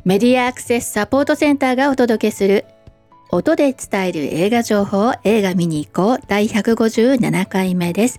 メディアアクセスサポートセンターがお届けする音で伝える映画情報、映画見に行こう第157回目です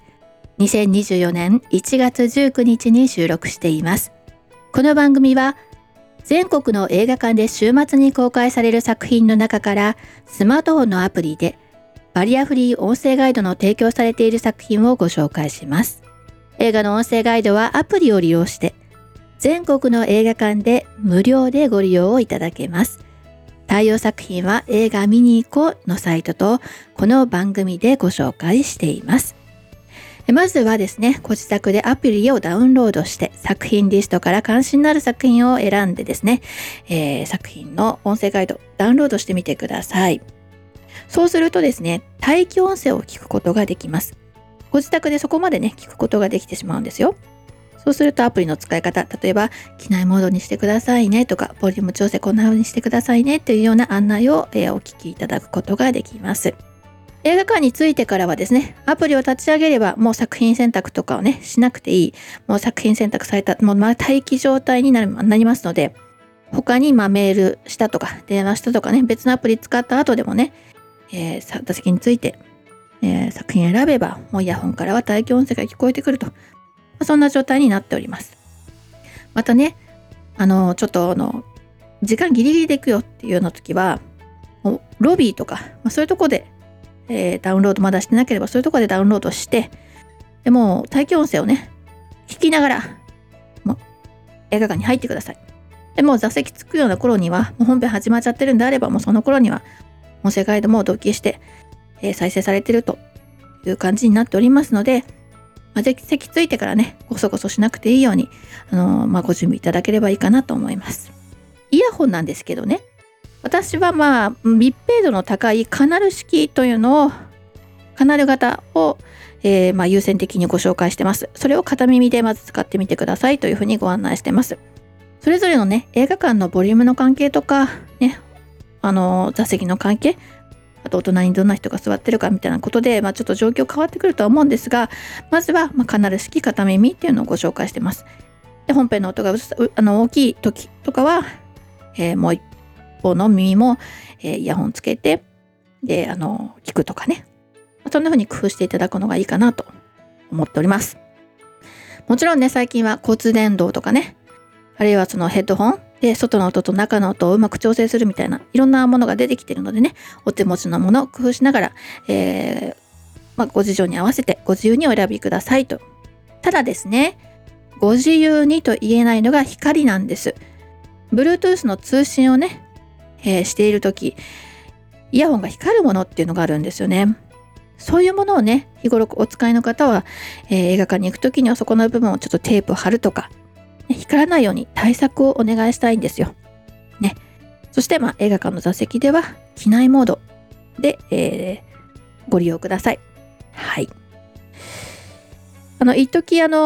。2024年1月19日に収録しています。この番組は全国の映画館で週末に公開される作品の中からスマートフォンのアプリでバリアフリー音声ガイドの提供されている作品をご紹介します。映画の音声ガイドはアプリを利用して全国の映画館で無料でご利用をいただけます。対応作品は映画見に行こうのサイトとこの番組でご紹介しています。まずはですね、ご自宅でアプリをダウンロードして作品リストから関心のある作品を選んでですね、作品の音声ガイドダウンロードしてみてください。そうするとですね、待機音声を聞くことができます。ご自宅でそこまでね、聞くことができてしまうんですよ。そうするとアプリの使い方、例えば機内モードにしてくださいねとか、ボリューム調整こんな風にしてくださいねというような案内をお聞きいただくことができます。映画館に着いてからはですね、アプリを立ち上げればもう作品選択とかをね、しなくていい。もう作品選択された、もう待機状態になりますので、他にメールしたとか、電話したとかね、別のアプリ使った後でもね、座席について、作品選べば、もうイヤホンからは待機音声が聞こえてくると。そんな状態になっております。またね、ちょっと時間ギリギリで行くよっていうような時は、ロビーとか、そういうとこで、ダウンロードまだしてなければそういうとこでダウンロードして、でもう待機音声をね、聞きながら、もう映画館に入ってください。でもう座席つくような頃には、もう本編始まっちゃってるんであれば、もうその頃には音声ガイドも同期して、再生されているという感じになっておりますので、席ついてからね、ごそごそしなくていいように、ご準備いただければいいかなと思います。イヤホンなんですけどね、私は密閉度の高いカナル式というのを、カナル型を、優先的にご紹介してます。それを片耳でまず使ってみてくださいというふうにご案内してます。それぞれのね、映画館のボリュームの関係とか、ね、座席の関係、あとお隣にどんな人が座ってるかみたいなことで、ちょっと状況変わってくるとは思うんですが、まずはカナル式片耳っていうのをご紹介してます。で、本編の音が大きい時とかは、もう一方の耳も、イヤホンつけてで聞くとかね、そんな風に工夫していただくのがいいかなと思っております。もちろんね、最近は交通電動とかね、あるいはそのヘッドホンで外の音と中の音をうまく調整するみたいないろんなものが出てきているのでね、お手持ちのものを工夫しながら、ご事情に合わせてご自由にお選びくださいと。ただですね、ご自由にと言えないのが光なんです。Bluetooth の通信をね、しているとき、イヤホンが光るものっていうのがあるんですよね。そういうものをね、日頃お使いの方は、映画館に行くときにはそこの部分をちょっとテープを貼るとか、光らないように対策をお願いしたいんですよ。ね。そして映画館の座席では機内モードで、ご利用ください。はい。一時コ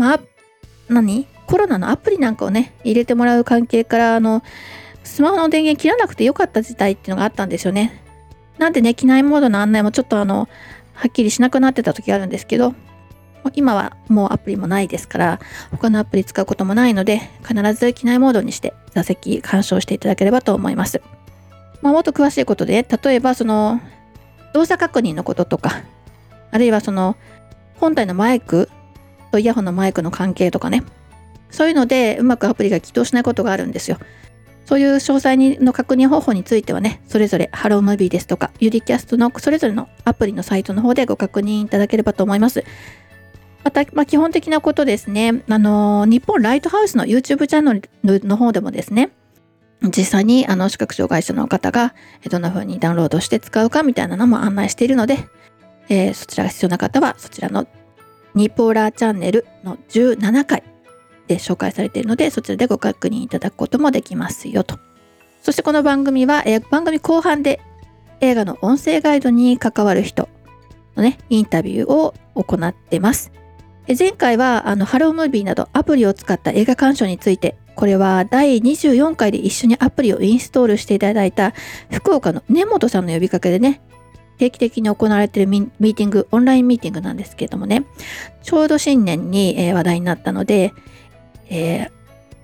ロナのアプリなんかをね、入れてもらう関係からスマホの電源切らなくてよかった時代っていうのがあったんですよね。なんでね、機内モードの案内もちょっとはっきりしなくなってた時があるんですけど、今はもうアプリもないですから、他のアプリ使うこともないので、必ず機内モードにして座席鑑賞していただければと思います。もっと詳しいことで、例えば動作確認のこととか、あるいは本体のマイクとイヤホンのマイクの関係とかね、そういうのでうまくアプリが起動しないことがあるんですよ。そういう詳細の確認方法についてはね、それぞれハロームービーですとかユリキャストのそれぞれのアプリのサイトの方でご確認いただければと思います。また、基本的なことですね、日本ライトハウスの YouTube チャンネルの方でもですね、実際に視覚障害者の方がどんな風にダウンロードして使うかみたいなのも案内しているので、そちらが必要な方はそちらのニポーラーチャンネルの17回で紹介されているので、そちらでご確認いただくこともできますよと。そしてこの番組は、番組後半で映画の音声ガイドに関わる人のね、インタビューを行ってます。前回はハロームービーなどアプリを使った映画鑑賞について、これは第24回で一緒にアプリをインストールしていただいた福岡の根本さんの呼びかけでね、定期的に行われているミーティング、オンラインミーティングなんですけれどもね、ちょうど新年に話題になったので、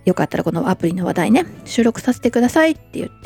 よかったらこのアプリの話題ね、収録させてくださいって言って、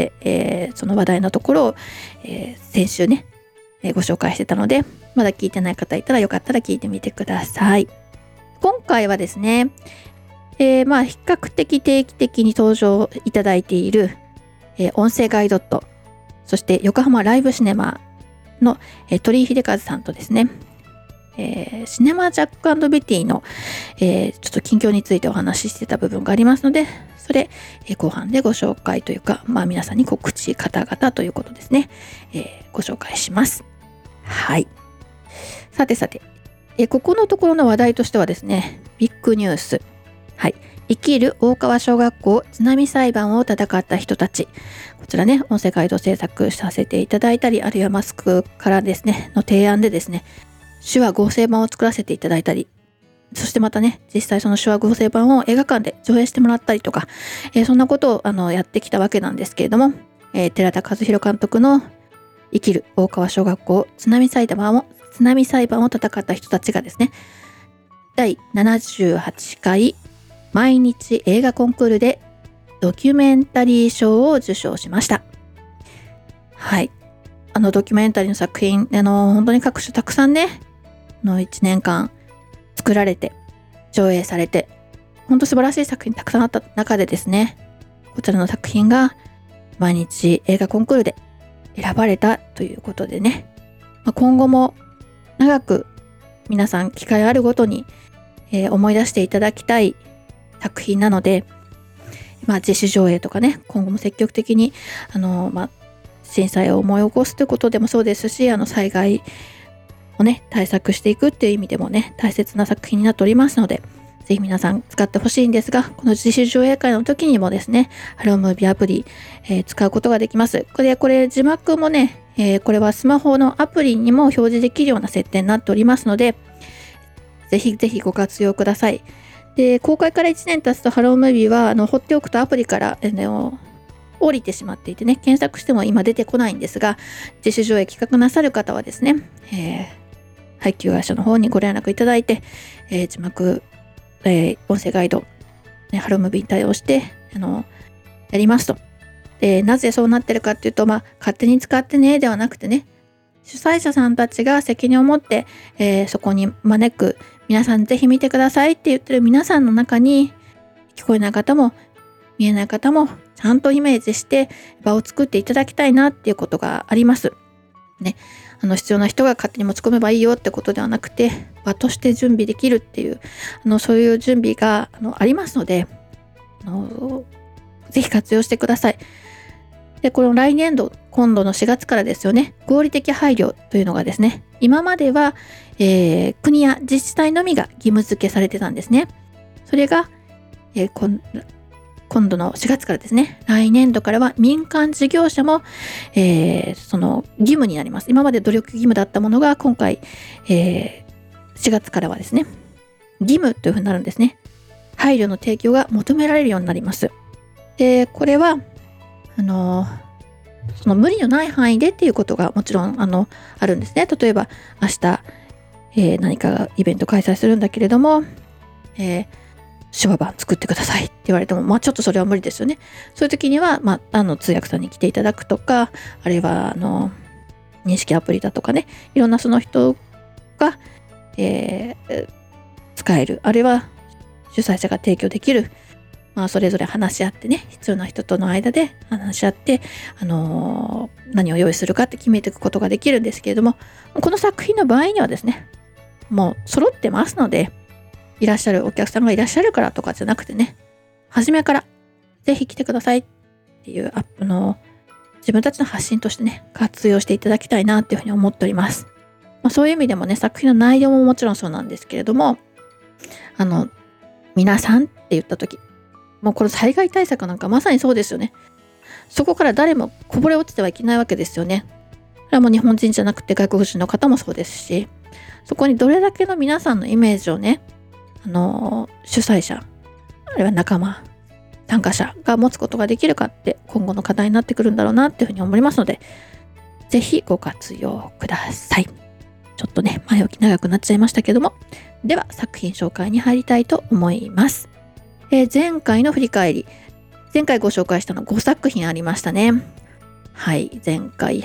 その話題のところを、先週ね、ご紹介してたので、まだ聞いてない方いたらよかったら聞いてみてください。今回はですね、比較的定期的に登場いただいている、音声ガイドット、そして横浜ライブシネマの、鳥居秀和さんとですね、シネマジャック&ベティの、ちょっと近況についてお話ししてた部分がありますので、それ、後半でご紹介というか、皆さんに告知方々ということですね、ご紹介します。はい。さて、ここのところの話題としてはですね、ビッグニュース。はい。生きる大川小学校津波裁判を戦った人たち。こちらね、音声ガイド制作させていただいたり、あるいはマスクからですね、の提案でですね、手話合成版を作らせていただいたり、そしてまたね、実際その手話合成版を映画館で上映してもらったりとか、そんなことをやってきたわけなんですけれども、寺田和弘監督の生きる大川小学校津波裁判を戦った人たちがですね、第78回毎日映画コンクールでドキュメンタリー賞を受賞しました。はい。ドキュメンタリーの作品、本当に各種たくさんね、1年間作られて、上映されて、本当素晴らしい作品たくさんあった中でですね、こちらの作品が毎日映画コンクールで選ばれたということでね、今後も長く皆さん機会あるごとに、思い出していただきたい作品なので、自主上映とかね、今後も積極的に震災を思い起こすということでもそうですし、災害をね対策していくっていう意味でもね大切な作品になっておりますので、ぜひ皆さん使ってほしいんですが、この自主上映会の時にもですね、ハロームービーアプリ、使うことができます。これ字幕もね、これはスマホのアプリにも表示できるような設定になっておりますので、ぜひぜひご活用ください。で、公開から1年経つとハロームービーは放っておくとアプリから降りてしまっていてね、検索しても今出てこないんですが、自主上映企画なさる方はですね、配給会社の方にご連絡いただいて、字幕、音声ガイド、ハロームービーに対応してやりますと。で、なぜそうなってるかっていうと、勝手に使ってねではなくてね、主催者さんたちが責任を持って、そこに招く、皆さんぜひ見てくださいって言ってる皆さんの中に、聞こえない方も見えない方もちゃんとイメージして場を作っていただきたいなっていうことがありますね。必要な人が勝手に持ち込めばいいよってことではなくて、場として準備できるっていうそういう準備がありますので、ぜひ活用してください。で、この来年度、今度の4月からですよね、合理的配慮というのがですね、今までは、国や自治体のみが義務付けされてたんですね。それが、今度の4月からですね、来年度からは民間事業者も、その義務になります。今まで努力義務だったものが今回、4月からはですね、義務というふうになるんですね。配慮の提供が求められるようになります。で、これはその無理のない範囲でっていうことがもちろんあるんですね。例えば明日、何かイベント開催するんだけれども、手話版作ってくださいって言われても、ちょっとそれは無理ですよね。そういう時には、通訳さんに来ていただくとか、あるいは認識アプリだとかね、いろんなその人が、使える、あるいは主催者が提供できる、それぞれ話し合ってね、必要な人との間で話し合って、何を用意するかって決めていくことができるんですけれども、この作品の場合にはですね、もう揃ってますので、いらっしゃるお客さんがいらっしゃるからとかじゃなくてね、初めからぜひ来てくださいっていう自分たちの発信としてね、活用していただきたいなっていうふうに思っております。そういう意味でもね、作品の内容ももちろんそうなんですけれども、皆さんって言った時、もうこの災害対策なんかまさにそうですよね。そこから誰もこぼれ落ちてはいけないわけですよね。これはもう日本人じゃなくて外国人の方もそうですし、そこにどれだけの皆さんのイメージをね、主催者、あるいは仲間、参加者が持つことができるかって今後の課題になってくるんだろうなっていうふうに思いますので、ぜひご活用ください。ちょっとね、前置き長くなっちゃいましたけども、では作品紹介に入りたいと思います。 前回の振り返り、前回ご紹介したの5作品ありましたね。はい、前回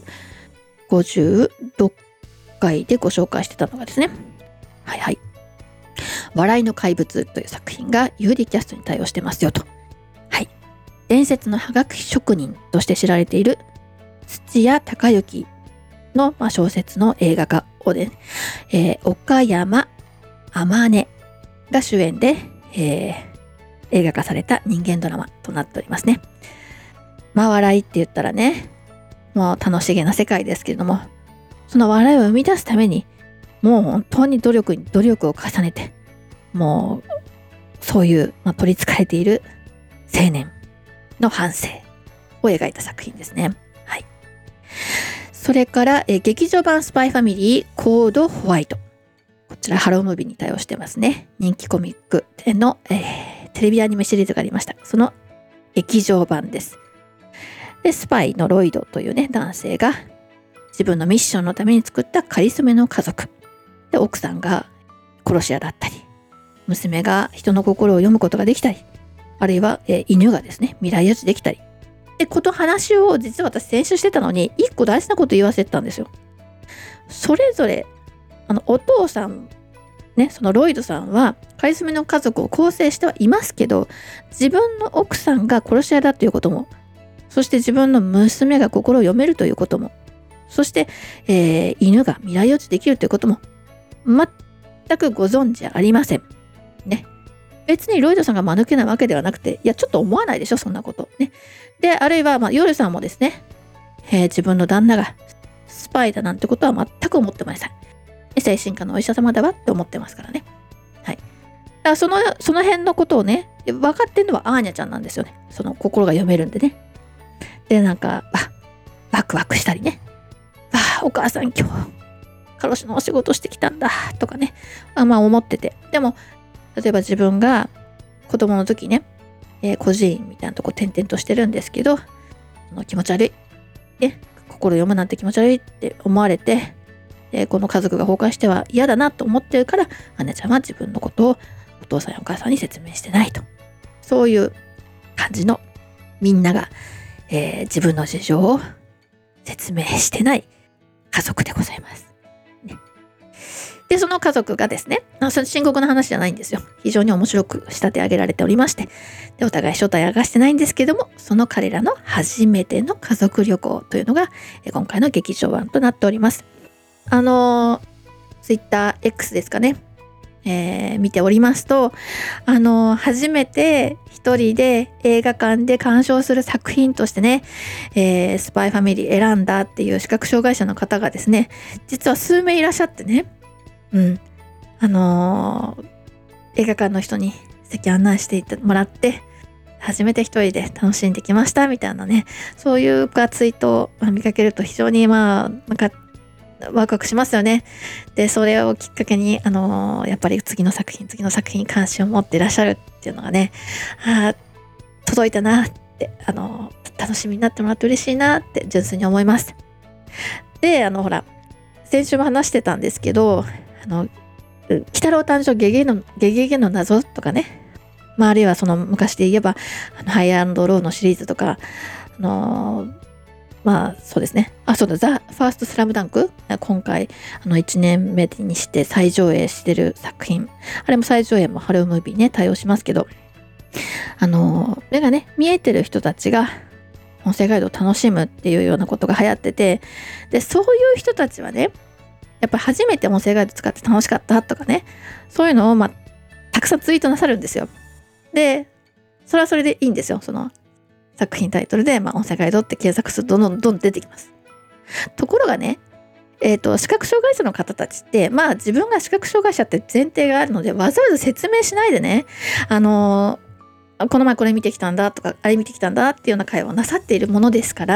156回でご紹介してたのがですね、はいはい、笑いの怪物という作品が UD キャストに対応してますよと。はい、伝説のはがき職人として知られている土屋隆之の小説の映画化をね、岡山天音が主演で、映画化された人間ドラマとなっておりますね。笑いって言ったらね、もう楽しげな世界ですけれども、その笑いを生み出すためにもう本当に努力を重ねて、もうそういう、取り憑かれている青年の半生を描いた作品ですね。はい。それから、劇場版スパイファミリーコードホワイト。こちらハロームービーに対応してますね。人気コミックの、テレビアニメシリーズがありました。その劇場版です。で、スパイのロイドというね、男性が自分のミッションのために作ったかりそめの家族。で、奥さんが殺し屋だったり、娘が人の心を読むことができたり、あるいは、犬がですね、未来予知できたり。で、話を実は私先週してたのに、一個大事なこと言わせてたんですよ。それぞれ、お父さん、ね、そのロイドさんは、かりそめの家族を構成してはいますけど、自分の奥さんが殺し屋だということも、そして自分の娘が心を読めるということも、そして、犬が未来予知できるということも、全くご存知ありません。ね。別にロイドさんが間抜けなわけではなくて、いや、ちょっと思わないでしょ、そんなこと。ね。で、あるいは、ヨルさんもですね、自分の旦那がスパイだなんてことは全く思ってません。精神科のお医者様だわって思ってますからね。はい。だからその辺のことをね、分かってんのはアーニャちゃんなんですよね。その心が読めるんでね。で、なんか、ワクワクしたりね。お母さん今日、カロシのお仕事してきたんだ、とかね。思ってて。でも、例えば自分が子供の時ね、孤児院みたいなとこ転々としてるんですけど、気持ち悪い。心読むなんて気持ち悪いって思われて、この家族が崩壊しては嫌だなと思ってるから、アナちゃんは自分のことをお父さんやお母さんに説明してないと。そういう感じのみんなが、自分の事情を説明してない家族でございます。ね、で、その家族がですね、それ深刻な話じゃないんですよ。非常に面白く仕立て上げられておりまして、でお互い正体明かしてないんですけども、その彼らの初めての家族旅行というのが、今回の劇場版となっております。Twitter X ですかね。見ておりますと、初めて一人で映画館で鑑賞する作品としてね、スパイファミリー選んだっていう視覚障害者の方がですね、実は数名いらっしゃってね、映画館の人に席案内してもらって、初めて一人で楽しんできましたみたいなね、そういうツイートを見かけると非常になんかワクワクしますよね。で、それをきっかけに、やっぱり次の作品に関心を持っていらっしゃるっていうのがね、届いたなって、楽しみになってもらって嬉しいなって純粋に思います。で、ほら、先週も話してたんですけど、鬼太郎誕生ゲゲゲの謎とかね、あるいはその昔で言えば、ハイアンドローのシリーズとか、そうですね。そうだ、ザ・ファーストスラムダンク。今回、1年目にして再上映してる作品。あれも再上映もハロームービーね、対応しますけど、目がね、見えてる人たちが、音声ガイドを楽しむっていうようなことが流行ってて、で、そういう人たちはね、やっぱり初めて音声ガイド使って楽しかったとかね、そういうのを、たくさんツイートなさるんですよ。で、それはそれでいいんですよ。その、作品タイトルで、音声ガイドって検索するとどんどん出てきます。ところがね、視覚障害者の方たちって、自分が視覚障害者って前提があるので、わざわざ説明しないでね、この前これ見てきたんだとか、あれ見てきたんだっていうような会話をなさっているものですから、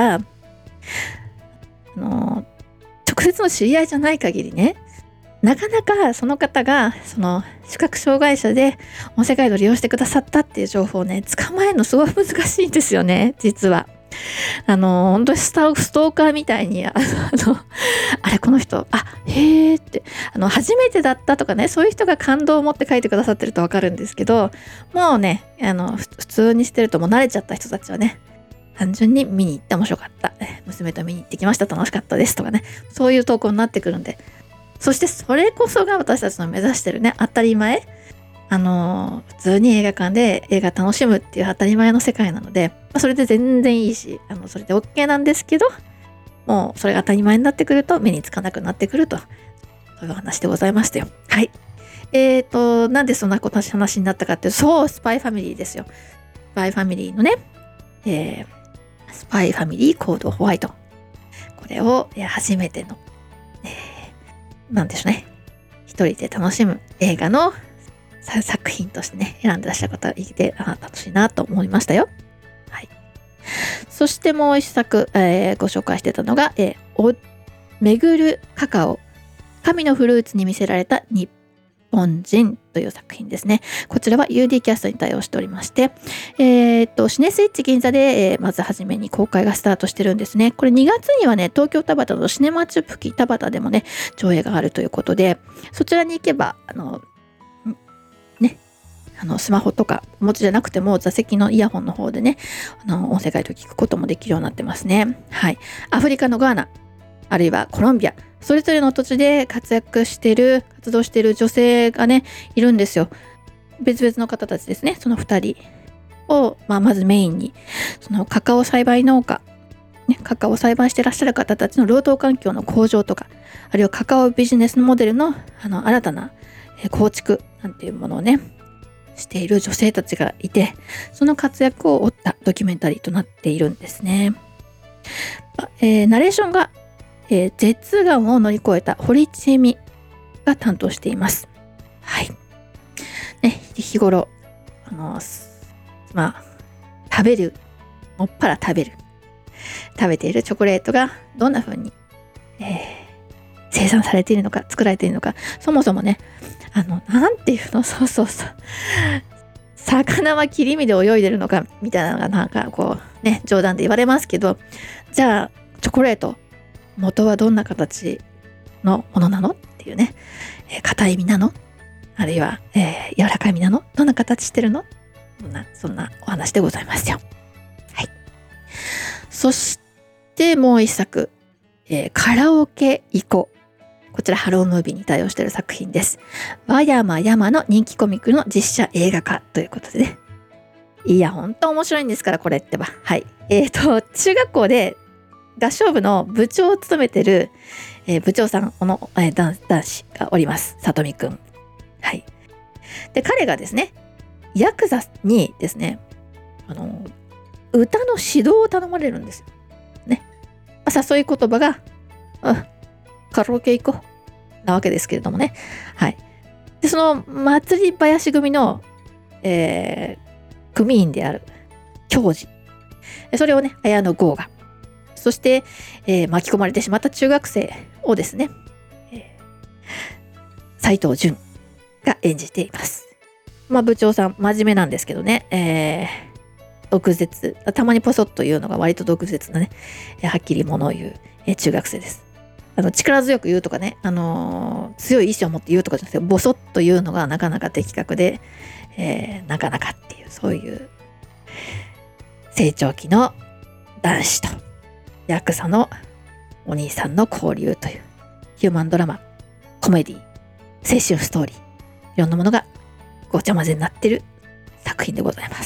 直接の知り合いじゃない限りね、なかなかその方がその視覚障害者で音声ガイドを利用してくださったっていう情報をね、捕まえるのすごい難しいんですよね、実は。 本当にストーカーみたいに、あれこの人、へーって、初めてだったとかね、そういう人が感動を持って書いてくださってるとわかるんですけど、もうね、普通にしてるともう慣れちゃった人たちはね、単純に見に行って面白かった。娘と見に行ってきました。楽しかったですとかね、そういう投稿になってくるんで、そしてそれこそが私たちの目指してるね、当たり前。普通に映画館で映画楽しむっていう当たり前の世界なので、それで全然いいし、それで OK なんですけど、もうそれが当たり前になってくると目につかなくなってくると、そういう話でございましたよ。はい。なんでそんな話になったかっていうと、そう、スパイファミリーですよ。スパイファミリーのね、スパイファミリーコードホワイト。これを初めての、なんでしょうね。一人で楽しむ映画の作品としてね、選んでらっしゃる方がいて、楽しいなと思いましたよ。はい。そしてもう一作、ご紹介してたのが、めぐるカカオ、神のフルーツに魅せられた日本人という作品ですね。こちらは UD キャストに対応しておりまして、シネスイッチ銀座で、まずはじめに公開がスタートしてるんですね。これ2月にはね、東京田端のシネマチュプキ田端でもね、上映があるということで、そちらに行けば、スマホとかお持ちじゃなくても座席のイヤホンの方でね、音声ガイドを聞くこともできるようになってますね。はい。アフリカのガーナ、あるいはコロンビア、それぞれの土地で活動している女性がね、いるんですよ。別々の方たちですね。その2人を、まずメインに、そのカカオ栽培農家、カカオを栽培していらっしゃる方たちの労働環境の向上とか、あるいはカカオビジネスモデルの、新たな構築なんていうものをね、している女性たちがいて、その活躍を追ったドキュメンタリーとなっているんですね。ナレーションが、舌がんを乗り越えた堀ちえみが担当しています。はい。ね、日頃、食べているチョコレートがどんな風に、生産されているのか、作られているのか、そもそもね、なんていうの、そう魚は切り身で泳いでるのかみたいなのがなんかこうね、冗談で言われますけど、じゃあチョコレート元はどんな形のものなのっていうね、硬い実なの、あるいは、柔らかい実なの、どんな形してるの、そんなお話でございますよ。はい。そしてもう一作、カラオケ行こう。こちらハロームービーに対応している作品です。和山山の人気コミックの実写映画化ということでね。いや、ほんと面白いんですから、これってば。はい。中学校で合唱部の部長を務めてる、部長さんの、男子がおります。さとみくん。はい。で、彼がですね、ヤクザにですね、歌の指導を頼まれるんですよ。ね。誘い言葉が、カラオケ行こうなわけですけれどもね。はい。で、その祭り林組の、組員である教授。それをね、綾野剛が。そして、巻き込まれてしまった中学生をですね、斉藤淳が演じています。部長さん、真面目なんですけどね、毒舌。たまにポソッと言うのが割と毒舌なね、はっきり物を言う、中学生です。力強く言うとかね、強い意志を持って言うとかじゃなくて、ボソッと言うのがなかなか的確で、なかなかっていう、そういう成長期の男子とヤクザのお兄さんの交流というヒューマンドラマ、コメディ、青春ストーリー、いろんなものがごちゃ混ぜになっている作品でございます。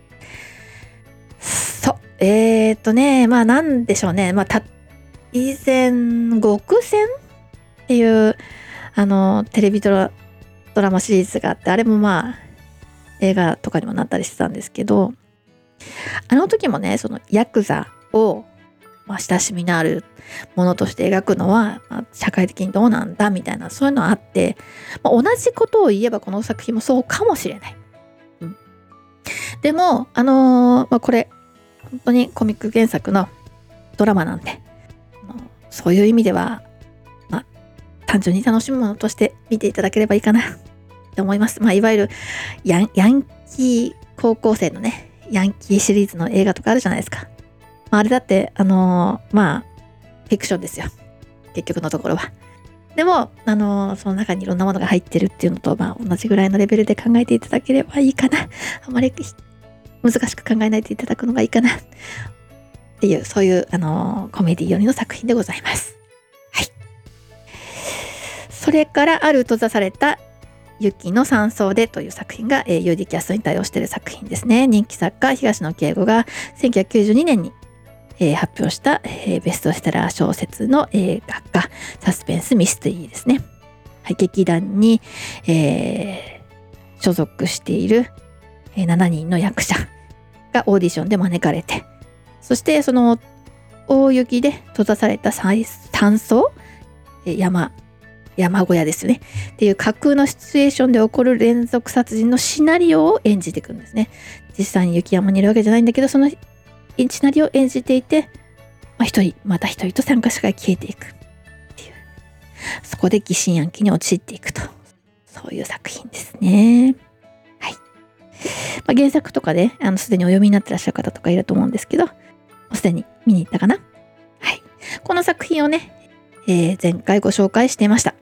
そう、なんでしょうね、以前極戦っていうテレビドラマシリーズがあって、あれも映画とかにもなったりしてたんですけど、あの時もね、そのヤクザを親しみのあるものとして描くのは、社会的にどうなんだみたいな、そういうのあって、同じことを言えばこの作品もそうかもしれない。でもこれ本当にコミック原作のドラマなんで、そういう意味では、単純に楽しむものとして見ていただければいいかなって思います。いわゆるヤンキー高校生のね、ヤンキーシリーズの映画とかあるじゃないですか。 あれだってフィクションですよ、結局のところは。でもその中にいろんなものが入ってるっていうのと、同じぐらいのレベルで考えていただければいいかな。あまり難しく考えないでいただくのがいいかなっていう、そういうコメディ寄りの作品でございます。はい。それからある閉ざされた雪の山荘でという作品が、UD キャストに対応している作品ですね。人気作家東野圭吾が1992年に、発表した、ベストセラー小説の映画化、サスペンスミステリーですね。はい、劇団に、所属している、7人の役者がオーディションで招かれて、そしてその大雪で閉ざされた山荘、山小屋ですよねっていう架空のシチュエーションで起こる連続殺人のシナリオを演じていくんですね。実際に雪山にいるわけじゃないんだけど、そのシナリオを演じていて、一人また一人と参加者が消えていくっていう、そこで疑心暗鬼に陥っていくと、そういう作品ですね。はい。原作とかですでにお読みになってらっしゃる方とかいると思うんですけど、すでに見に行ったかな。はい。この作品をね、前回ご紹介していました。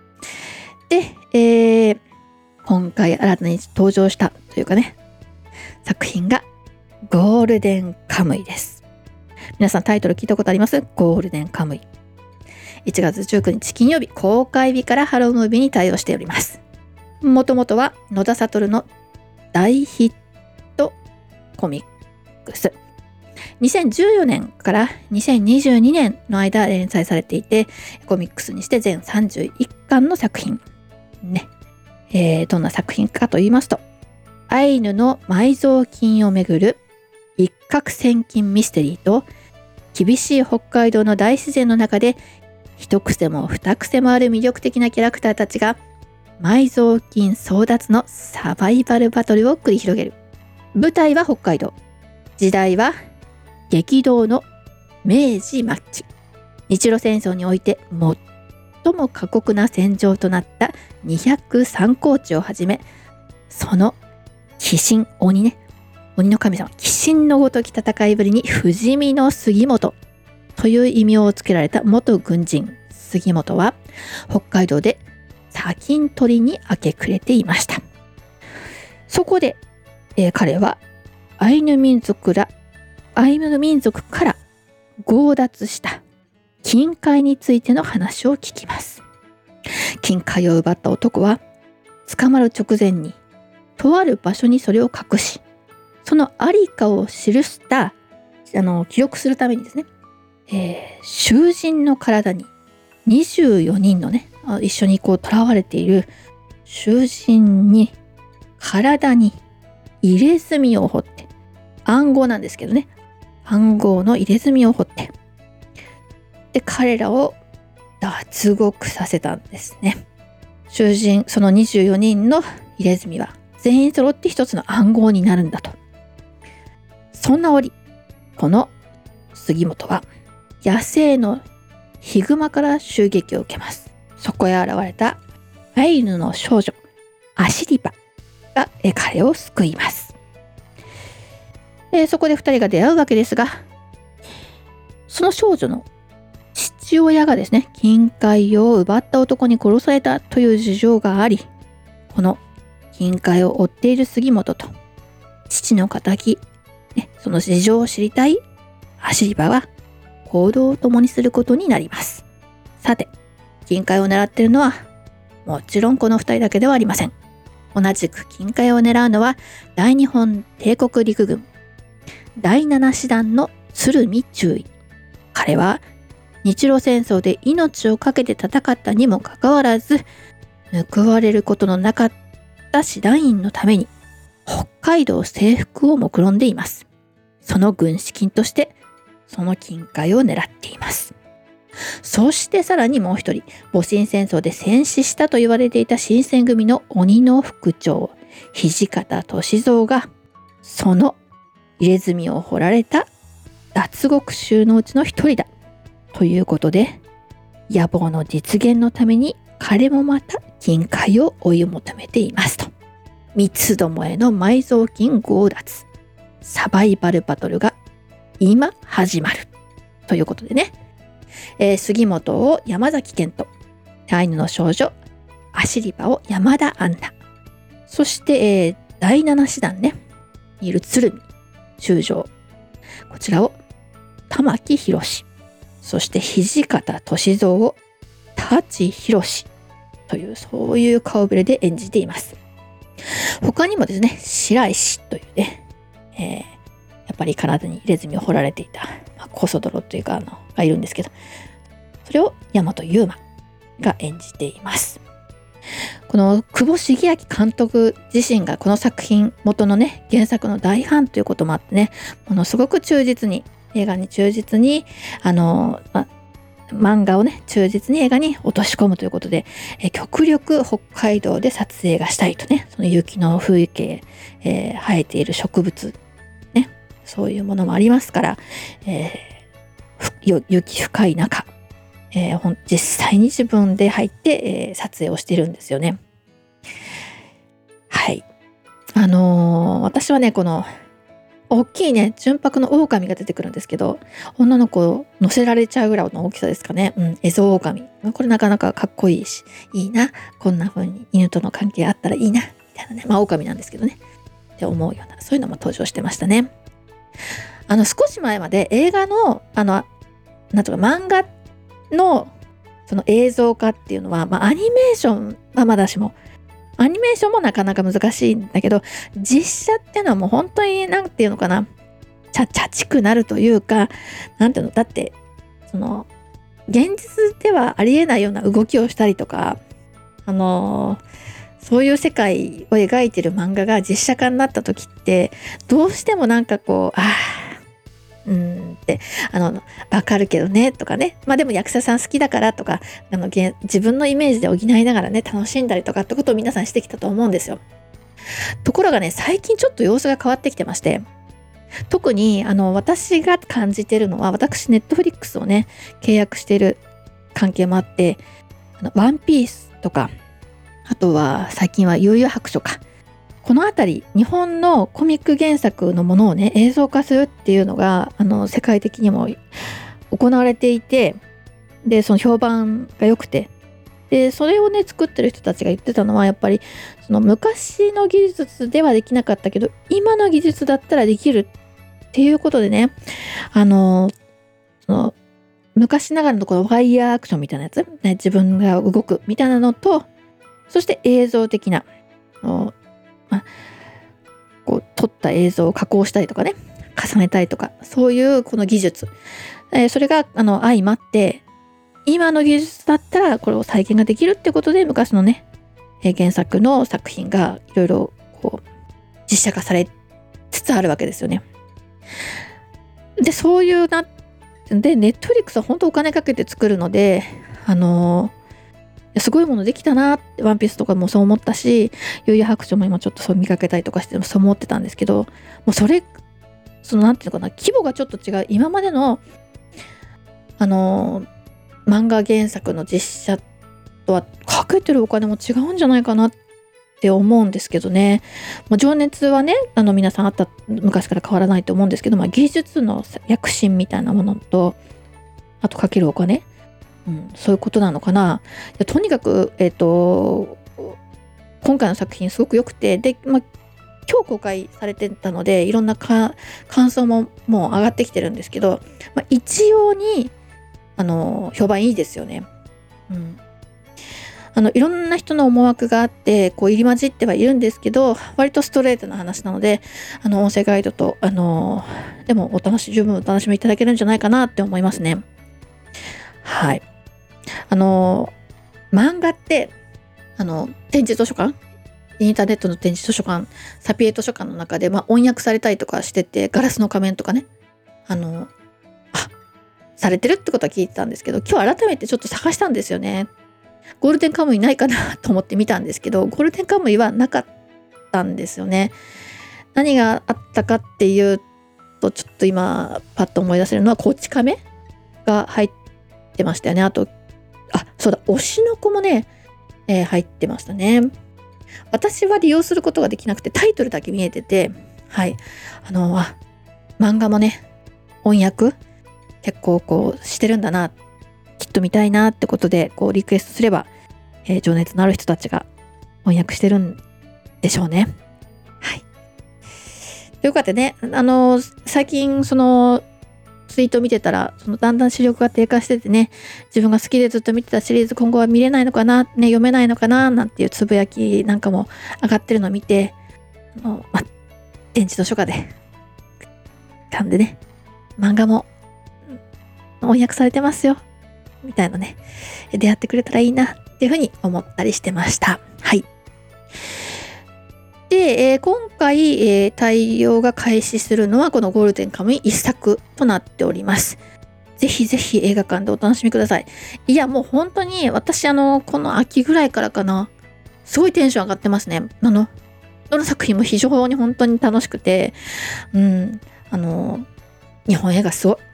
で、今回新たに登場したというかね、作品がゴールデンカムイです。皆さんタイトル聞いたことあります？ゴールデンカムイ。1月19日金曜日公開日からハロームービーに対応しております。もともとは野田サトルの大ヒットコミックス。2014年から2022年の間連載されていて、コミックスにして全31巻の作品。ね。どんな作品かと言いますと、アイヌの埋蔵金をめぐる一攫千金ミステリーと、厳しい北海道の大自然の中で一癖も二癖もある魅力的なキャラクターたちが埋蔵金争奪のサバイバルバトルを繰り広げる。舞台は北海道、時代は激動の明治末期、日露戦争において最も過酷な戦場となった203高地をはじめ、その鬼神、鬼の神様、鬼神のごとき戦いぶりに不死身の杉本という異名をつけられた元軍人杉本は北海道で砂金取りに明け暮れていました。そこで、彼はアイヌ民族から強奪した金塊についての話を聞きます。金塊を奪った男は捕まる直前にとある場所にそれを隠し、そのありかを記した記憶するためにですね、囚人の体に24人のね、一緒に囚われている囚人に体に入れ墨を彫って、暗号なんですけどね、暗号の入れ墨を彫って、で彼らを脱獄させたんですね。囚人その24人の入れ墨は全員揃って一つの暗号になるんだと。そんな折、この杉本は野生のヒグマから襲撃を受けます。そこへ現れたアイヌの少女アシリバが彼を救います。そこで2人が出会うわけですが、その少女の父親がですね、金塊を奪った男に殺されたという事情があり、この金塊を追っている杉本と父の仇、その事情を知りたいアシリバは行動を共にすることになります。さて、金塊を狙っているのはもちろんこの2人だけではありません。同じく金塊を狙うのは大日本帝国陸軍第7師団の鶴見中尉。彼は日露戦争で命を懸けて戦ったにもかかわらず、報われることのなかった師団員のために北海道征服を目論んでいます。その軍資金としてその金塊を狙っています。そしてさらにもう一人、戊辰戦争で戦死したと言われていた新選組の鬼の副長土方歳三が、その入れ墨を彫られた脱獄囚のうちの一人だということで、野望の実現のために彼もまた金塊を追い求めていますと。三つどもえの埋蔵金強奪サバイバルバトルが今始まるということでね、杉本を山崎賢人、アイヌの少女アシリバを山田杏奈、そして、第七師団ねにいる鶴見修造、こちらを玉木宏、そして土方歳三を舘ひろしという、そういう顔ぶれで演じています。他にもですね、白石というね、やっぱり体に入れ墨を彫られていた、コソ泥というかがいるんですけど、それを大和優馬が演じています。この久保茂明監督自身がこの作品元のね原作の大ファンということもあってね、ものすごく忠実に映画に忠実に漫画をね忠実に映画に落とし込むということで、極力北海道で撮影がしたいとね、その雪の風景、生えている植物ね、そういうものもありますから、雪深い中、実際に自分で入って、撮影をしてるんですよね。はい。私はねこの大きいね純白の狼が出てくるんですけど、女の子を乗せられちゃうぐらいの大きさですかね。エゾオオカミ、これなかなかかっこいいし、いいな、こんな風に犬との関係あったらいいなみたいなね、狼なんですけどねって思うような、そういうのも登場してましたね。少し前まで映画のなんとか漫画のその映像化っていうのは、アニメーションはまだしもアニメーションもなかなか難しいんだけど、実写っていうのはもう本当になんていうのかな、チャチくなるというか、なんていうの、だってその現実ではありえないような動きをしたりとか、そういう世界を描いてる漫画が実写化になった時ってどうしてもなんかこうってわかるけどねとかね、でも役者さん好きだからとか自分のイメージで補いながらね楽しんだりとかってことを皆さんしてきたと思うんですよ。ところがね、最近ちょっと様子が変わってきてまして、特に私が感じてるのは、私ネットフリックスをね契約している関係もあって、ワンピースとか、あとは最近は幽遊白書か、このあたり日本のコミック原作のものをね映像化するっていうのが世界的にも行われていて、でその評判が良くて、でそれをね作ってる人たちが言ってたのは、やっぱりその昔の技術ではできなかったけど今の技術だったらできるっていうことでね、その昔ながらのこのファイヤーアクションみたいなやつ、ね、自分が動くみたいなのと、そして映像的なこう撮った映像を加工したりとかね、重ねたりとか、そういうこの技術、それが相まって今の技術だったらこれを再現ができるってことで、昔のね原作の作品がいろいろこう実写化されつつあるわけですよね。でそういうでネットフリックスは本当お金かけて作るので、すごいものできたなって、ワンピースとかもそう思ったし、幽遊白書も今ちょっとそう見かけたりとかしてそう思ってたんですけど、もうそのなんていうのかな、規模がちょっと違う。今までの漫画原作の実写とはかけてるお金も違うんじゃないかなって思うんですけどね。情熱はね皆さんあった昔から変わらないと思うんですけど、技術の躍進みたいなものと、あとかけるお金、そういうことなのかな。とにかく、今回の作品すごく良くて、で、今日公開されてたのでいろんな感想ももう上がってきてるんですけど、一様に評判いいですよね。いろんな人の思惑があってこう入り混じってはいるんですけど、割とストレートな話なので、音声ガイドとでも十分お楽しみいただけるんじゃないかなって思いますね。はい。漫画って展示図書館、インターネットの展示図書館、サピエ図書館の中で翻訳されたりとかしてて、ガラスの仮面とかねされてるってことは聞いてたんですけど、今日改めてちょっと探したんですよね。ゴールデンカムイないかなと思って見たんですけど、ゴールデンカムイはなかったんですよね。何があったかっていうと、ちょっと今パッと思い出せるのはこち亀が入ってましたよね。あとそうだ、推しの子もね、入ってましたね。私は利用することができなくてタイトルだけ見えてて、はい、漫画もね音訳結構こうしてるんだな、きっと見たいなってことでこうリクエストすれば、情熱のある人たちが翻訳してるんでしょうね。はい。ということでね、最近そのツイート見てたら、そのだんだん視力が低下しててね、自分が好きでずっと見てたシリーズ今後は見れないのかな、ね、読めないのかななんていうつぶやきなんかも上がってるのを見て、電子図書館で買んでね、漫画も翻訳されてますよみたいなね、出会ってくれたらいいなっていうふうに思ったりしてました。はい。で、今回、対応が開始するのはこのゴールデンカムイ1作となっております。ぜひぜひ映画館でお楽しみください。いや、もう本当に私この秋ぐらいからかな、すごいテンション上がってますね。どの作品も非常に本当に楽しくて、日本映画すごい。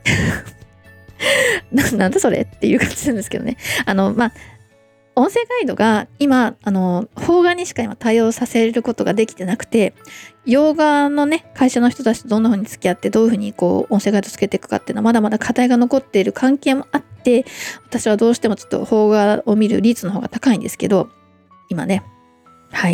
なんだそれっていう感じなんですけどね。音声ガイドが今邦画にしか今対応させることができてなくて、洋画のね会社の人たちとどんな風に付き合ってどういう風にこう音声ガイドつけていくかっていうのはまだまだ課題が残っている関係もあって、私はどうしてもちょっと邦画を見る率の方が高いんですけど、今ね、はい、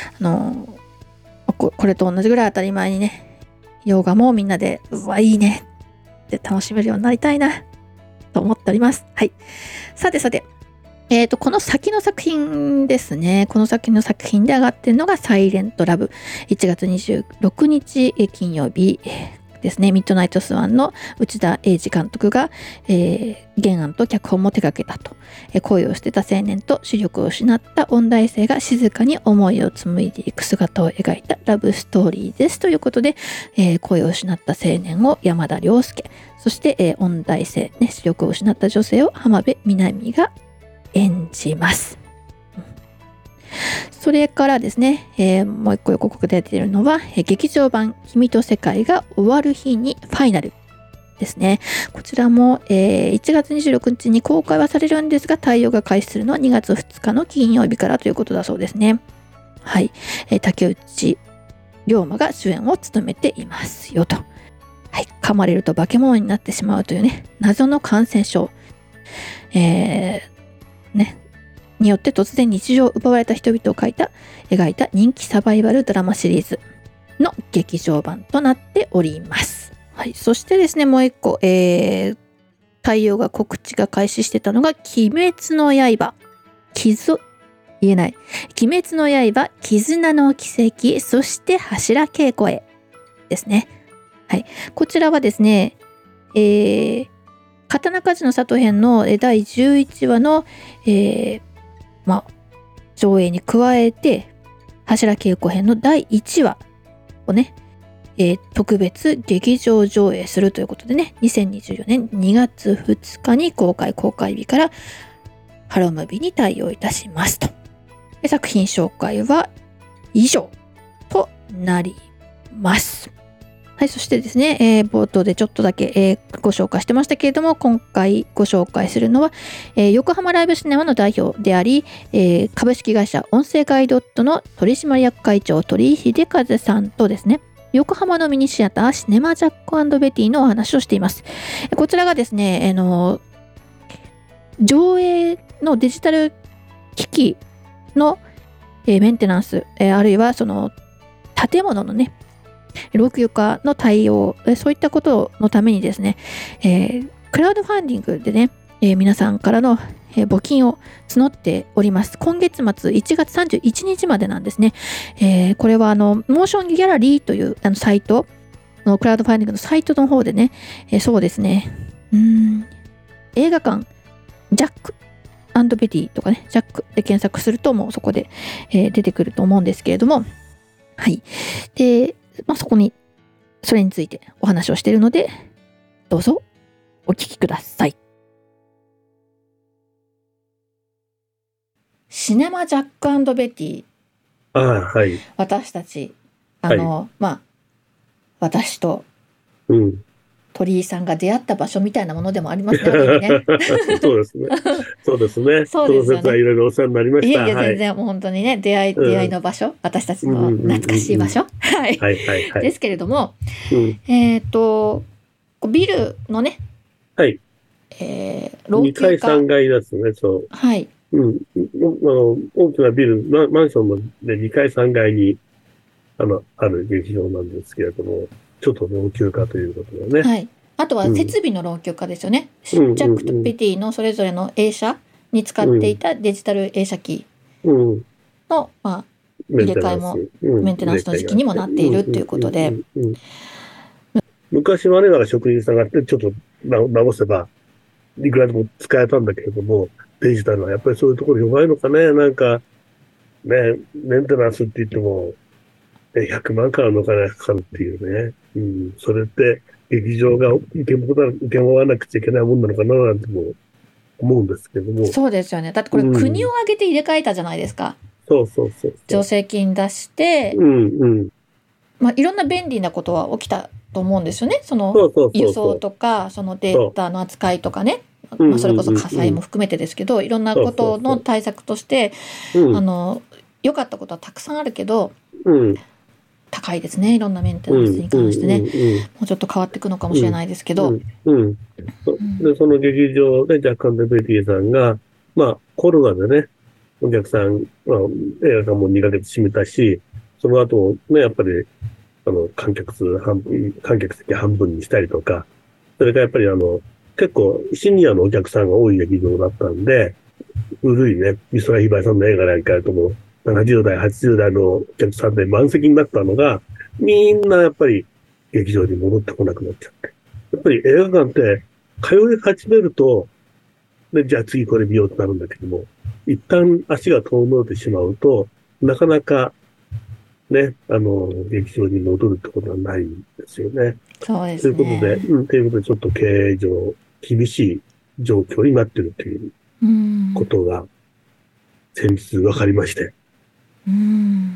これと同じぐらい当たり前にね、洋画もみんなでうわいいねって楽しめるようになりたいなと思っております。はい。さてこの先の作品ですね。この先の作品で上がっているのがサイレントラブ。1月26日金曜日ですね。ミッドナイトスワンの内田英二監督が、原案と脚本も手掛けたと。恋を捨てた青年と視力を失った音大生が静かに思いを紡いでいく姿を描いたラブストーリーです。ということで、恋を失った青年を山田涼介、そして、音大生、ね、視力を失った女性を浜辺美波が演じます。それからですね、もう一個予告で出ているのは、劇場版君と世界が終わる日にファイナルですね。こちらも、1月26日に公開はされるんですが、対応が開始するのは2月2日の金曜日からということだそうですね。はい、竹内涼真が主演を務めていますよと。はい、噛まれると化け物になってしまうというね、謎の感染症。によって突然日常を奪われた人々を描いた人気サバイバルドラマシリーズの劇場版となっております。はい、そしてですね、もう一個、対応が告知が開始してたのが鬼滅の刃、鬼滅の刃、絆の奇跡、そして柱稽古へですね。はい、こちらはですね、刀鍛冶の里編の第11話の、上映に加えて柱稽古編の第1話をね、特別劇場上映するということでね、2024年2月2日に公開日からハロムビに対応いたしますと。作品紹介は以上となります。はい、そしてですね、冒頭でちょっとだけ、ご紹介してましたけれども、今回ご紹介するのは、横浜ライブシネマの代表であり、株式会社音声ガイドットの取締役会長鳥居秀和さんとですね、横浜のミニシアターシネマジャック&ベティのお話をしています。こちらがですね、上映のデジタル機器の、メンテナンス、あるいはその建物のね、老朽化の対応、そういったことのためにですね、クラウドファンディングでね、皆さんからの、募金を募っております。今月末1月31日までなんですね。これはモーションギャラリーというサイトのクラウドファンディングのサイトの方でね、そうですね、映画館ジャック&ベティとかね、ジャックで検索するともうそこで、出てくると思うんですけれども、はい。で、それについてお話をしているので、どうぞお聞きください。シネマジャック&ベティ。 はい。 私たち、 はい私と鳥居さんが出会った場所みたいなものでもありますね。 そうですね。そうですね。 そうですよね。 その説はいろいろお世話になりました。 いや全然もう本当にね、出会いの場所、私たちの懐かしい場所、はい。ですけれども、 ビルのね、 はい。 老 2階、 朽化。 3階ですね、そう。 はい。 大きなビル、マンションの、ね、2階、3階に、ある劇場なんですけれども、ちょっと老朽化ということでね。 はい。あとはうん。 設備の老朽化ですよね。 うん、 ジャックとうん、 ペティのそれぞれの映写に使っうん。 ていたデジタル映写機うん。うん。 の、 メンテナンス。 入れ替えも、 うん。 メンテナン入れスの時期にも替えがあって。 なっているといううん、うことで、 ん、うん。昔はね、なんか職人さんがあって、ちょっと直せば、いくらでも使えたんだけれども、デジタルはやっぱりそういうところ弱いのかね。なんか、ね、メンテナンスって言っても、100万からのお金がかかるっていうね。うん。それって、劇場が受け回らなくちゃいけないもんなのかな、なんても思うんですけども。 そうですよね。だってこれうん。 国を挙げて入れ替えたじゃないですか。 そうそうそうそ助成金出して、 う。うん、うん。 いろんな便利なことは起きたと思うんですよね。そのそうそう輸送そうそう。 とか、そのデーそタの扱いとかね。 う。うん、 それこそうん、 火災うん、うん。 も含めてですけど、いろんなそうことそうその対策として、 う。うん、 あの、良かったことはたくさんあるけど、 うん、 高いですね。いろんなメンテうん、 ナンスにうん、 関してね。 うん、 もうちょっと変わっていくのかもしうん、 れないですけど。 うん、うん。 うん、 で、その劇場でジャックベティさんが、コロナでね、お客さん、映画館も2ヶ月閉めたし、その後ね、やっぱり、観客席半分にしたりとか、それからやっぱり結構シニアのお客さんが多い劇場だったんで、古いね、美空ひばりさんの映画なんかやとも70代、80代のお客さんで満席になったのが、みんなやっぱり劇場に戻ってこなくなっちゃって。やっぱり映画館って通い始めると、で、じゃあ次これ見ようってなるんだけども、一旦足が遠のいてしまうと、なかなかね、劇場に戻るってことはないんですよね。 そうでということで、 すね。 ということでちょっと経営上厳しい状況になっているといううん。 ことが先日分かりまして。 うん。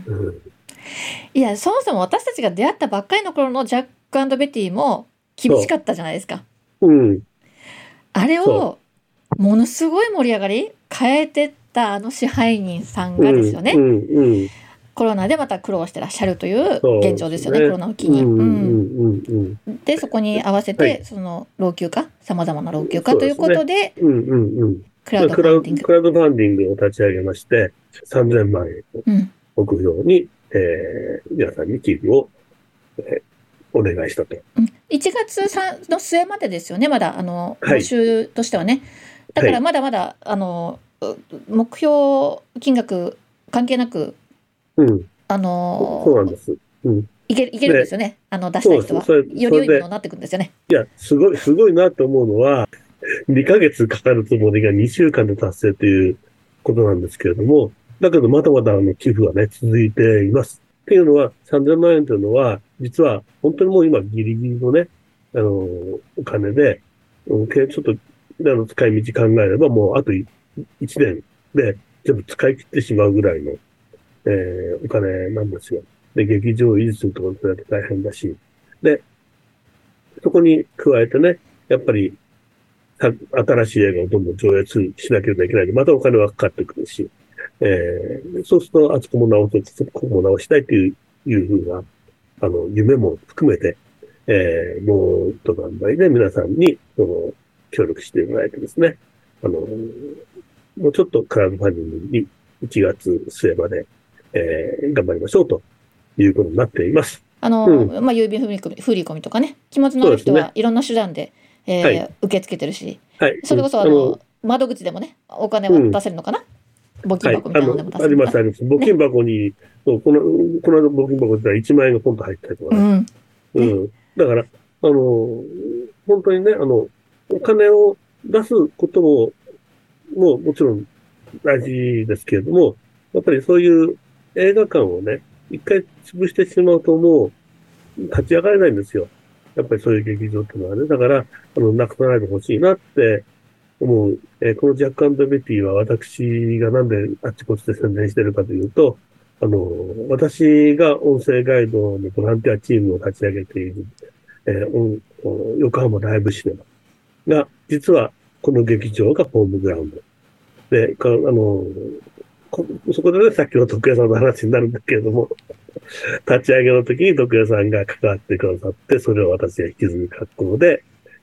うん、 いや、そもそも私たちが出会ったばっかりの頃のジャックベティも厳しそかったじゃないですか。 う。うん。 あれそをものすごい盛り上がり変えてったあの支配人さんう。うん。 がですよね。 うん。うん。 コロナでまた苦労してらっしゃるというそうで現状ですよね、コすね。 ロナを機うん。 に。ううん。 ん。 うん。うん。 で、そこに合わせはい。 て、その老朽化、様々な老朽化というそうですね。 ことで、 うん。うん。うん。 クラウドファンディング。 クラウドファンディングを立ち上げまして、3000万円をうん。 目標に、皆さんに寄付を、えお願いしたと。 1月の末までですよね、まだ、募はい。 集としてはね。だからはい。 まだまだ、目標金額関係なく、 うん。 あそうなんの、 です。うん。 いけるんでで、 すよね。出したそうです。 い人は。よりそれで、 良いものになっていくんですよね。 いや、すごいなと思うのは、2ヶ月かかるつもりが2週間で達成ということなんですけれども、だけどまだまだ寄付はね、続いています。っていうのは、3000万円というのは、実は本当にもう今ギリギリのね、お金で、ちょっと、使い道考えればもうあと1年で全部使い切ってしまうぐらいの、お金なんですよ。で、劇場を維持するところだって大変だし。で、そこに加えてね、やっぱり新しい映画をどんどん上映しなければいけないので、またお金はかかってくるし、そうすると、あそこも直そう、ここも直したいというふうな、夢も含めて、もう一頑張りで皆さんに、協力してもらえてですね、もうちょっとクラウドファンディングに1月末まで、頑張りましょうということになっています。うん。 郵便振り込みとかね、気持ちのある人そうですね。 はいろんな手段で、 はい。 受け付けてるし、 はい。 それこそ窓口でもね、お金はうん。 出せるのかな、募金はい。 箱みたいなのでも出あります、 せるのかなあります。募金ね。 箱に、そうこの間募金箱で1万円がポンと入ったりとかね。 うん。ね。 うん。だから、本当にね、お金を出すことももちろん大事ですけれども、やっぱりそういう映画館をね、一回潰してしまうともう立ち上がれないんですよ。やっぱりそういう劇場っていうのはね。だから、なくさないでほしいなって思う。このジャックベティは私がなんであっちこっちで宣伝してるかというと、私が音声ガイドのボランティアチームを立ち上げている、横浜ライブシネマが、実はこの劇場がホームグラウンド。で、そこでね、さっきの徳谷さんの話になるんだけれども、立ち上げの時に徳谷さんが関わってくださって、それを私が引き継ぐ格好で、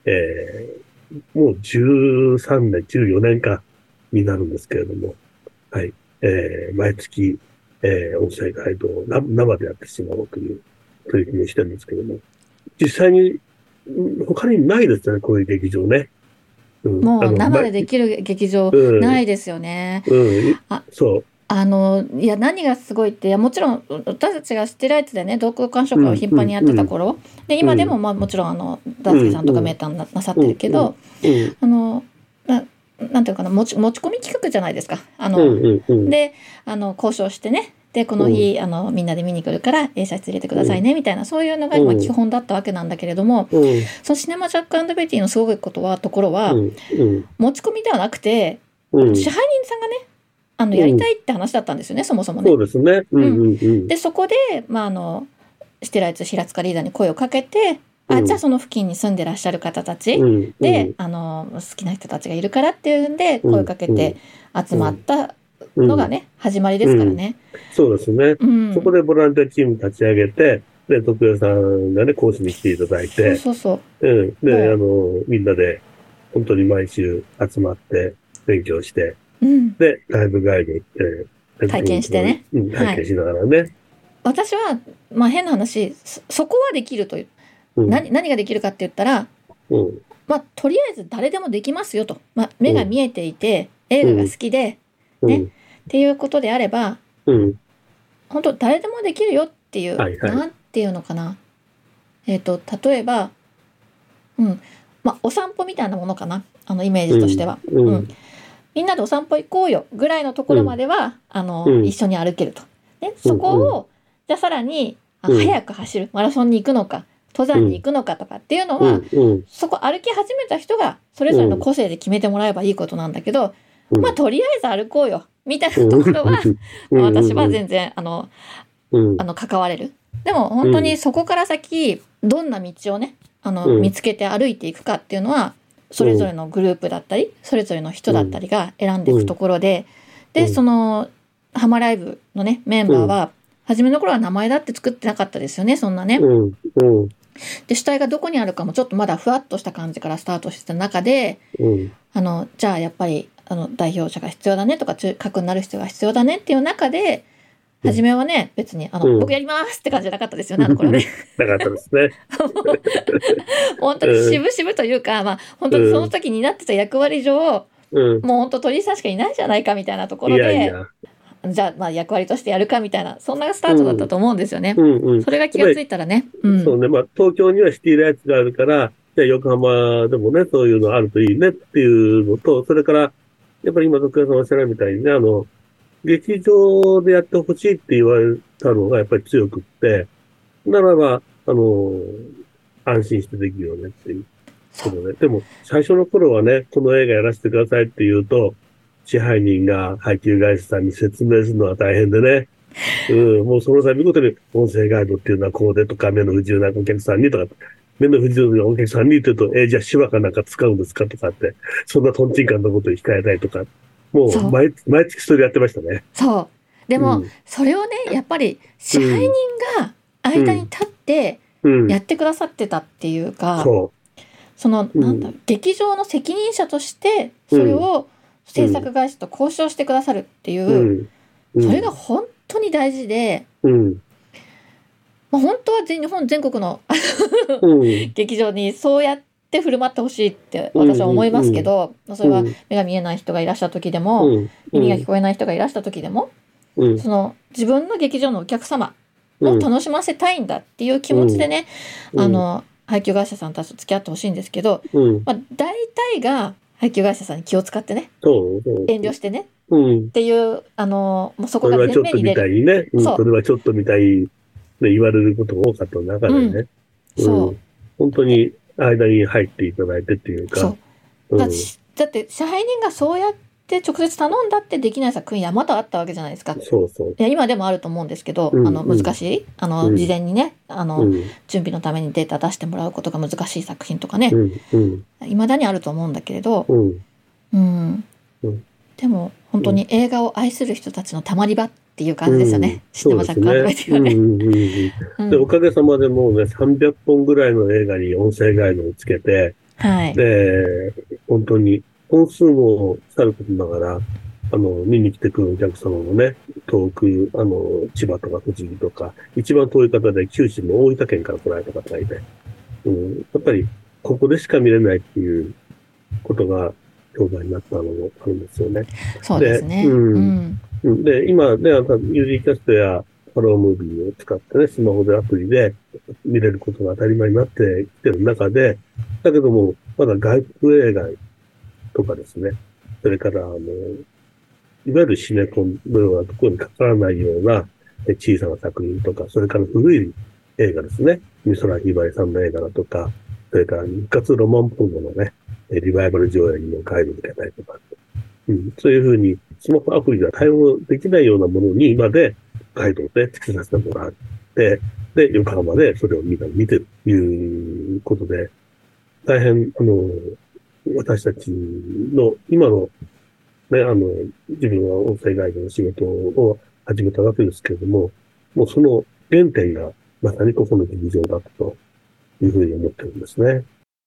もう13年、14年かになるんですけれども、はい。毎月、音声ガイドを生でやってしまおうという取り組みをしてるんですけども、実際に、他にないですね、こういう劇場ね。 もう生でできる劇場ないですよね。 そう。 いや、何がすごいって、いや、もちろん私たちが知ってるやつでね、同好鑑賞会を頻繁にやってた頃、で、今でももちろん大輔さんとかメーターなさってるけど、なんていうかな、持ち込み企画じゃないですか。で、交渉してね、で、この日、みんなで見に来るから、映写室入れてくださいね、みたいな、そういうのが基本だったわけなんだけれども、そのシネマジャック&ベティのすごいところは、持ち込みではなくて、支配人さんがね、やりたいって話だったんですよね、そもそもね。 そうですね。 で、そこで、してるやつ、平塚リーダーに声をかけて、じゃあその付近に住んでらっしゃる方たちで、好きな人たちがいるからっていうんで、声をかけて集まったのがね、始まりですからね。 そうですね。そこでボランティアチーム立ち上げて、で、徳代さんがね、講師に来ていただいて、で、みんなで、本当に毎週集まって勉強して、で、ライブガイド行って、 体験してね。 体験しながらね。 私は、変な話、そこはできるという。何ができるかって言ったら、とりあえず誰でもできますよと。目が見えていて、映画が好きで、ね、っていうことであれば、本当誰でもできるよっていう、なんていうのかな。例えば、お散歩みたいなものかな。イメージとしては。みんなでお散歩行こうよぐらいのところまでは、一緒に歩けると。で、そこを、じゃあさらに、早く走る、マラソンに行くのか、登山に行くのかとかっていうのは、そこ歩き始めた人がそれぞれの個性で決めてもらえばいいことなんだけど、とりあえず歩こうよみたいなところは、私は全然関われる。でも本当にそこから先どんな道をね見つけて歩いていくかっていうのは、それぞれのグループだったりそれぞれの人だったりが選んでいくところで、でそのハマライブのねメンバーは初めの頃は名前だって作ってなかったですよね、そんなね。で主体がどこにあるかもちょっとまだふわっとした感じからスタートしてた中で、じゃあやっぱり代表者が必要だねとか核になる人が必要だねっていう中で、初めはね別に僕やりますって感じじゃなかったですよね、これね。 なかったですね。 本当に渋々というか、本当にその時になってた役割上、もう本当鳥居さんしかいないじゃないかみたいなところで、じゃあ役割としてやるかみたいな、そんなスタートだったと思うんですよね。それが気がついたらね。 そうね、東京にはシティライツがあるから、じゃあ横浜でもね、そういうのあるといいねっていうのと、それから、やっぱり今、徳谷さんおっしゃるみたいにね、劇場でやってほしいって言われたのがやっぱり強くって、ならば、安心してできるよねっていうことで。でも、最初の頃はね、この映画やらせてくださいって言うと、支配人が配給会社さんに説明するのは大変でね。もうその度ごとに音声ガイドっていうのはこうでとか、目の不自由なお客さんにとか、目の不自由なお客さんにって言うと、じゃあ手話かなんか使うんですかとかって、そんなトンチンカンなことを控えたいとか、もう毎月それやってましたね。 そう。でも、それをね、やっぱり支配人が間に立ってやってくださってたっていうか、劇場の責任者としてそれを制作会社と交渉してくださるっていう、それが本当に大事で、本当は日本全国の劇場にそうやって振る舞ってほしいって私は思いますけど、それは目が見えない人がいらっしゃる時でも、耳が聞こえない人がいらした時でも、その自分の劇場のお客様を楽しませたいんだっていう気持ちでね、配給会社さんたちと付き合ってほしいんですけど、大体が配給会社さんに気を使ってね、遠慮してね、っていうもうそこが前面に出る。 それはちょっとみたいに言われることが多かった中でね、本当に間に入っていただいてっていうか、 だって支配人がそうやって直接頼んだってできない作品山とあったわけじゃないですか。いや今でもあると思うんですけど、難しい事前にね準備のためにデータ出してもらうことが難しい作品とかね、未だにあると思うんだけれど、でも本当に映画を愛する人たちのたまり場っていう感じですよね、シネマジャック&ベティはね。 でおかげさまでもうね300本ぐらいの映画に音声ガイドをつけて、 はい。 で、本当に本数もさることながら、見に来てくるお客様もね、遠く、千葉とか栃木とか、一番遠い方で九州の大分県から来られた方がいて、やっぱりここでしか見れないっていうことが評判になったのもあるんですよね。 そうですで、 ね。うん。 で、今ね、UD キャストやハロームービーを使ってね、スマホでアプリで見れることが当たり前になってきてる中で、だけども、まだ外国映画とかですね、それから、いわゆるシネコンのようなところにかからないような小さな作品とか、それから古い映画ですね。美空ひばりさんの映画だとか、それから日活ロマンポルノのね、リバイバル上映にもガイド受けたりとか、そういうふうにスマホアプリでは対応できないようなものにまでガイドで付けさせてもらって、で、横浜でそれをみんな見てるということで、大変、私たちの今のね、自分は音声ガイドの仕事を始めたわけですけれども、もうその原点がまさにここの劇場だったというふうに思ってるんですね。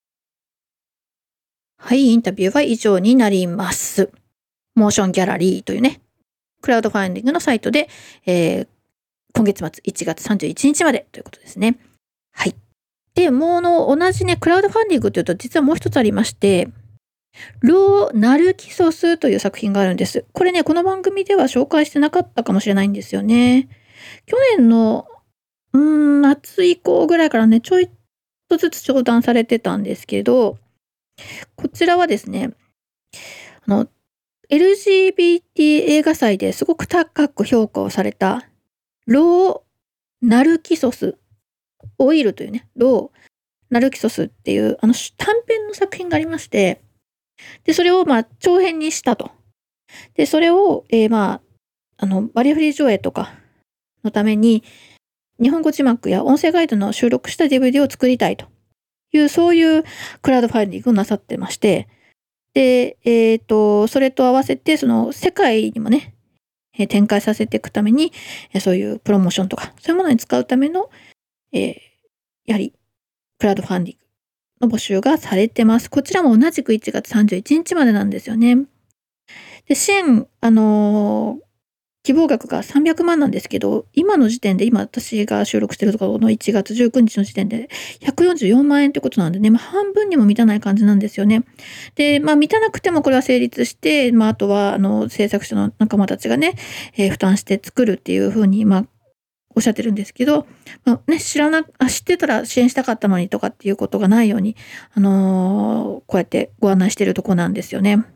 はい、インタビューは以上になります。モーションギャラリーというね、クラウドファンディングのサイトで、今月末1月31日までということですね。はい。で、もう同じね、クラウドファンディングというと実はもう一つありまして、ロー・ナルキソスという作品があるんです。これね、この番組では紹介してなかったかもしれないんですよね。去年の、夏以降ぐらいからね、ちょいとずつ相談されてたんですけど、こちらはですね、あの、LGBT 映画祭ですごく高く評価をされた、ロー・ナルキソス・オイルというね、ロー・ナルキソスっていう、短編の作品がありまして、で、それを長編にしたと。で、それを、バリアフリー上映とかのために、日本語字幕や音声ガイドの収録した DVD を作りたいという、そういうクラウドファンディングをなさってまして、で、それと合わせて、その世界にもね、展開させていくために、そういうプロモーションとか、そういうものに使うための、やはり、クラウドファンディングの募集がされてます。こちらも同じく1月31日までなんですよね。で、支援、希望額が300万なんですけど、今の時点で、今私が収録しているところの1月19日の時点で144万円ってことなんでね、半分にも満たない感じなんですよね。で、満たなくてもこれは成立して、あとは、制作者の仲間たちがね、負担して作るっていう風に、おっしゃってるんですけど、知ってたら支援したかったのにとかっていうことがないように、こうやってご案内してるとこなんですよね。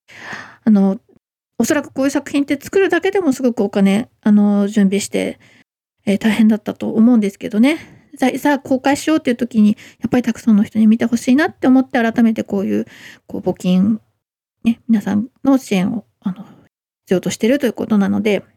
おそらくこういう作品って作るだけでもすごくお金、準備して、大変だったと思うんですけどね。さあ公開しようっていう時に、やっぱりたくさんの人に見てほしいなって思って改めてこういう、募金、ね、皆さんの支援を、必要としているということなので、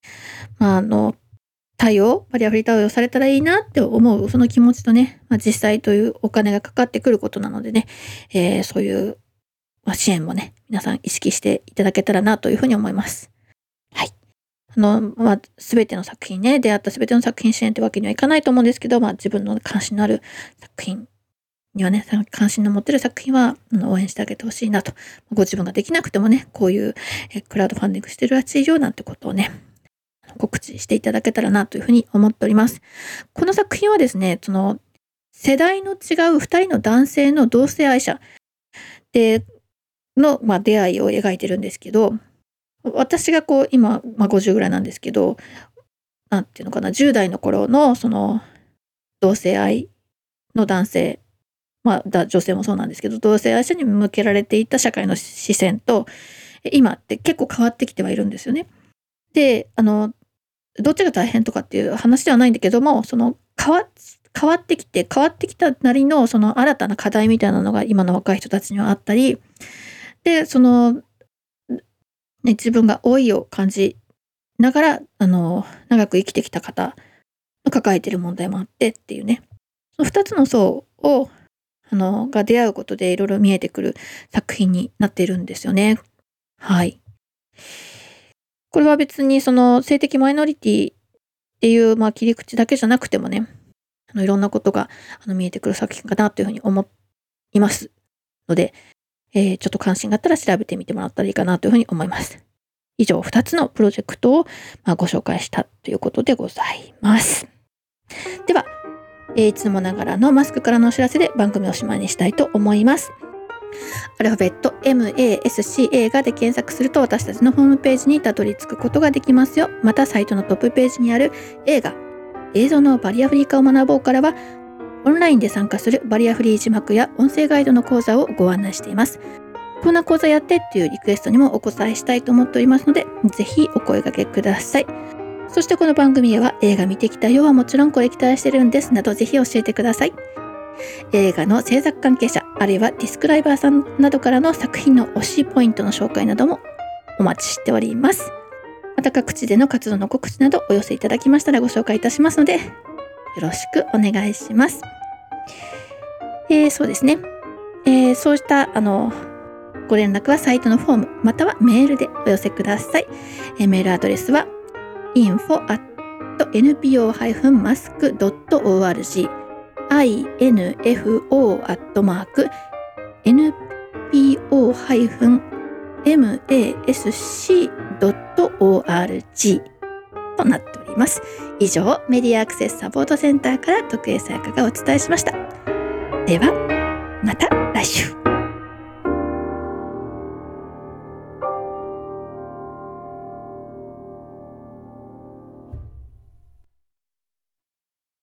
バリアフリー対応されたらいいなって思う、その気持ちとね、実際というお金がかかってくることなのでね、そういう支援もね、皆さん意識していただけたらなというふうに思います。はい。すべての作品ね、出会ったすべての作品支援ってわけにはいかないと思うんですけど、自分の関心のある作品にはね、関心の持ってる作品は応援してあげてほしいなと。ご自分ができなくてもね、こういうクラウドファンディングしてるらしいよなんてことをね、告知していただけたらなというふうに思っております。この作品はですね、その世代の違う2人の男性の同性愛者での、出会いを描いてるんですけど、私が今、50ぐらいなんですけど、なんていうのかな、10代の頃のその同性愛の男性、女性もそうなんですけど、同性愛者に向けられていた社会の視線と、今って結構変わってきてはいるんですよね。で、どっちが大変とかっていう話ではないんだけども、その変わってきたなりのその新たな課題みたいなのが今の若い人たちにはあったり、で、自分が老いを感じながら、長く生きてきた方の抱えている問題もあってっていうね、その2つの層を、が出会うことでいろいろ見えてくる作品になっているんですよね。はい。これは別にその性的マイノリティっていう、切り口だけじゃなくてもね、いろんなことが見えてくる作品かなというふうに思います。 ので、ちょっと関心があったら調べてみてもらったらいいかなというふうに思います。以上2つのプロジェクトをご紹介したということでございます。では、いつもながらのマスクからのお知らせで番組をおしまいにしたいと思います。アルファベット MASC 映画で検索すると私たちのホームページにたどり着くことができますよ。またサイトのトップページにある映像のバリアフリー化を学ぼうからはオンラインで参加するバリアフリー字幕や音声ガイドの講座をご案内しています。こんな講座やってっていうリクエストにもお答えしたいと思っておりますので、ぜひお声掛けください。そしてこの番組では映画見てきたよはもちろんこれ期待してるんですなどぜひ教えてください。映画の制作関係者あるいはディスクライバーさんなどからの作品の推しポイントの紹介などもお待ちしております。また各地での活動の告知などお寄せいただきましたらご紹介いたしますのでよろしくお願いします。そうですね、そうしたご連絡はサイトのフォームまたはメールでお寄せください。メールアドレスはinfo@npo-mask.org info@npo-masc.org となっております。以上、メディアアクセスサポートセンターから徳江さやかがお伝えしました。では、また来週。